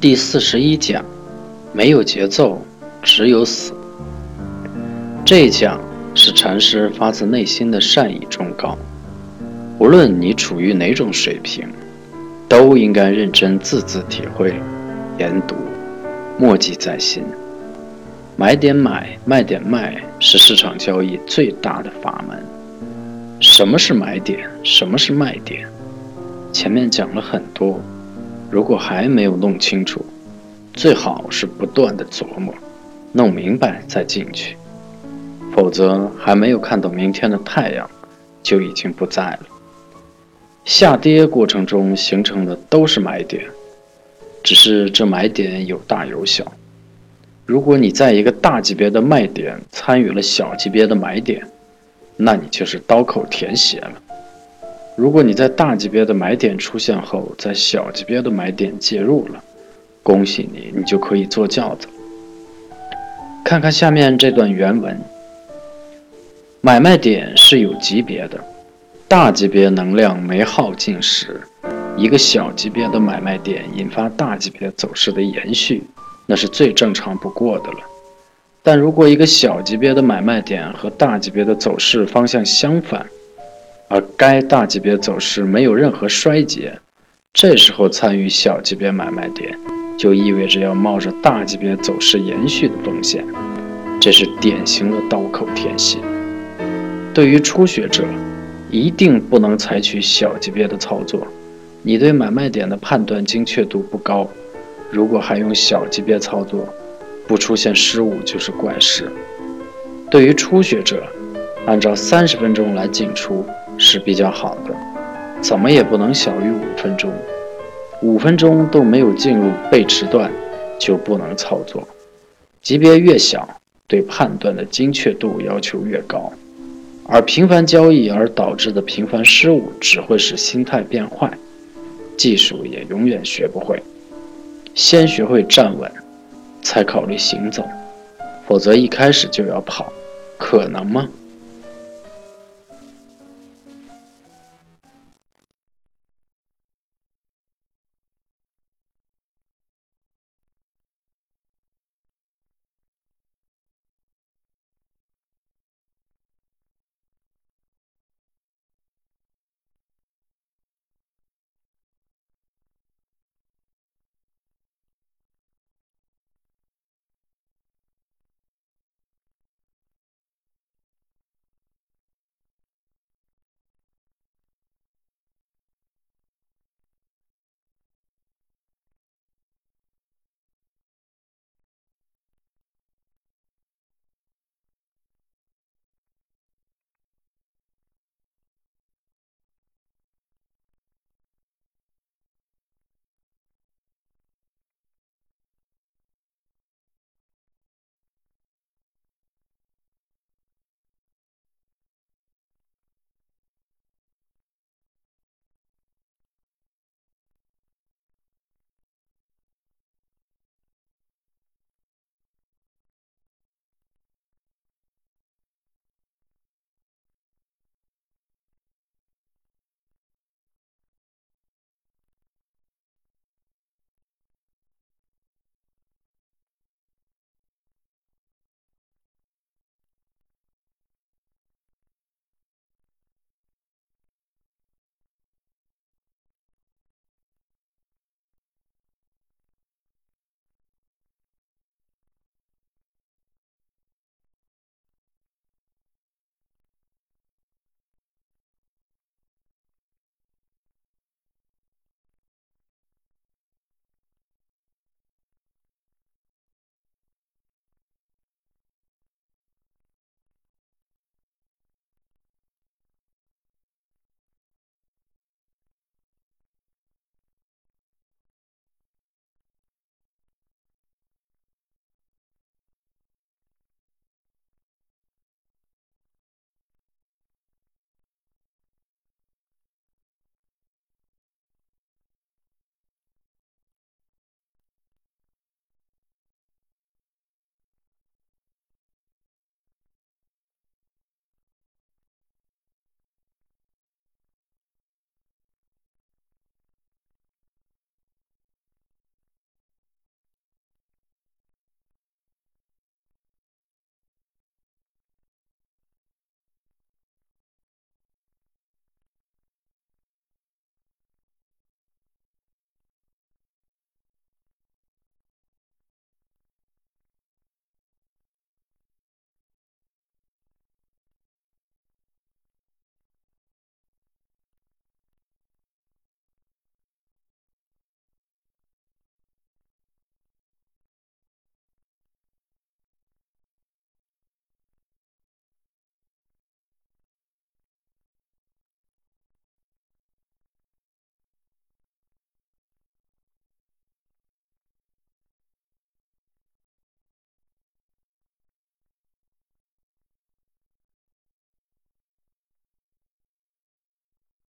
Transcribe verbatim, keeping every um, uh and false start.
第四十一讲，没有节奏，只有死。这一讲是禅师发自内心的善意忠告，无论你处于哪种水平，都应该认真字字体会，研读，默记在心。买点买，卖点卖，是市场交易最大的法门。什么是买点？什么是卖点？前面讲了很多，如果还没有弄清楚，最好是不断的琢磨，弄明白再进去，否则还没有看到明天的太阳，就已经不在了。下跌过程中形成的都是买点，只是这买点有大有小。如果你在一个大级别的卖点参与了小级别的买点，那你就是刀口舔血了。如果你在大级别的买点出现后，在小级别的买点介入了，恭喜你，你就可以坐轿子。看看下面这段原文，买卖点是有级别的，大级别能量没耗尽时，一个小级别的买卖点引发大级别走势的延续，那是最正常不过的了。但如果一个小级别的买卖点和大级别的走势方向相反，而该大级别走势没有任何衰竭，这时候参与小级别买卖点，就意味着要冒着大级别走势延续的风险，这是典型的刀口舔血。对于初学者，一定不能采取小级别的操作，你对买卖点的判断精确度不高，如果还用小级别操作，不出现失误就是怪事。对于初学者，按照三十分钟来进出是比较好的，怎么也不能小于五分钟。五分钟都没有进入背驰段，就不能操作。级别越小，对判断的精确度要求越高，而频繁交易而导致的频繁失误，只会使心态变坏，技术也永远学不会。先学会站稳，才考虑行走，否则一开始就要跑，可能吗？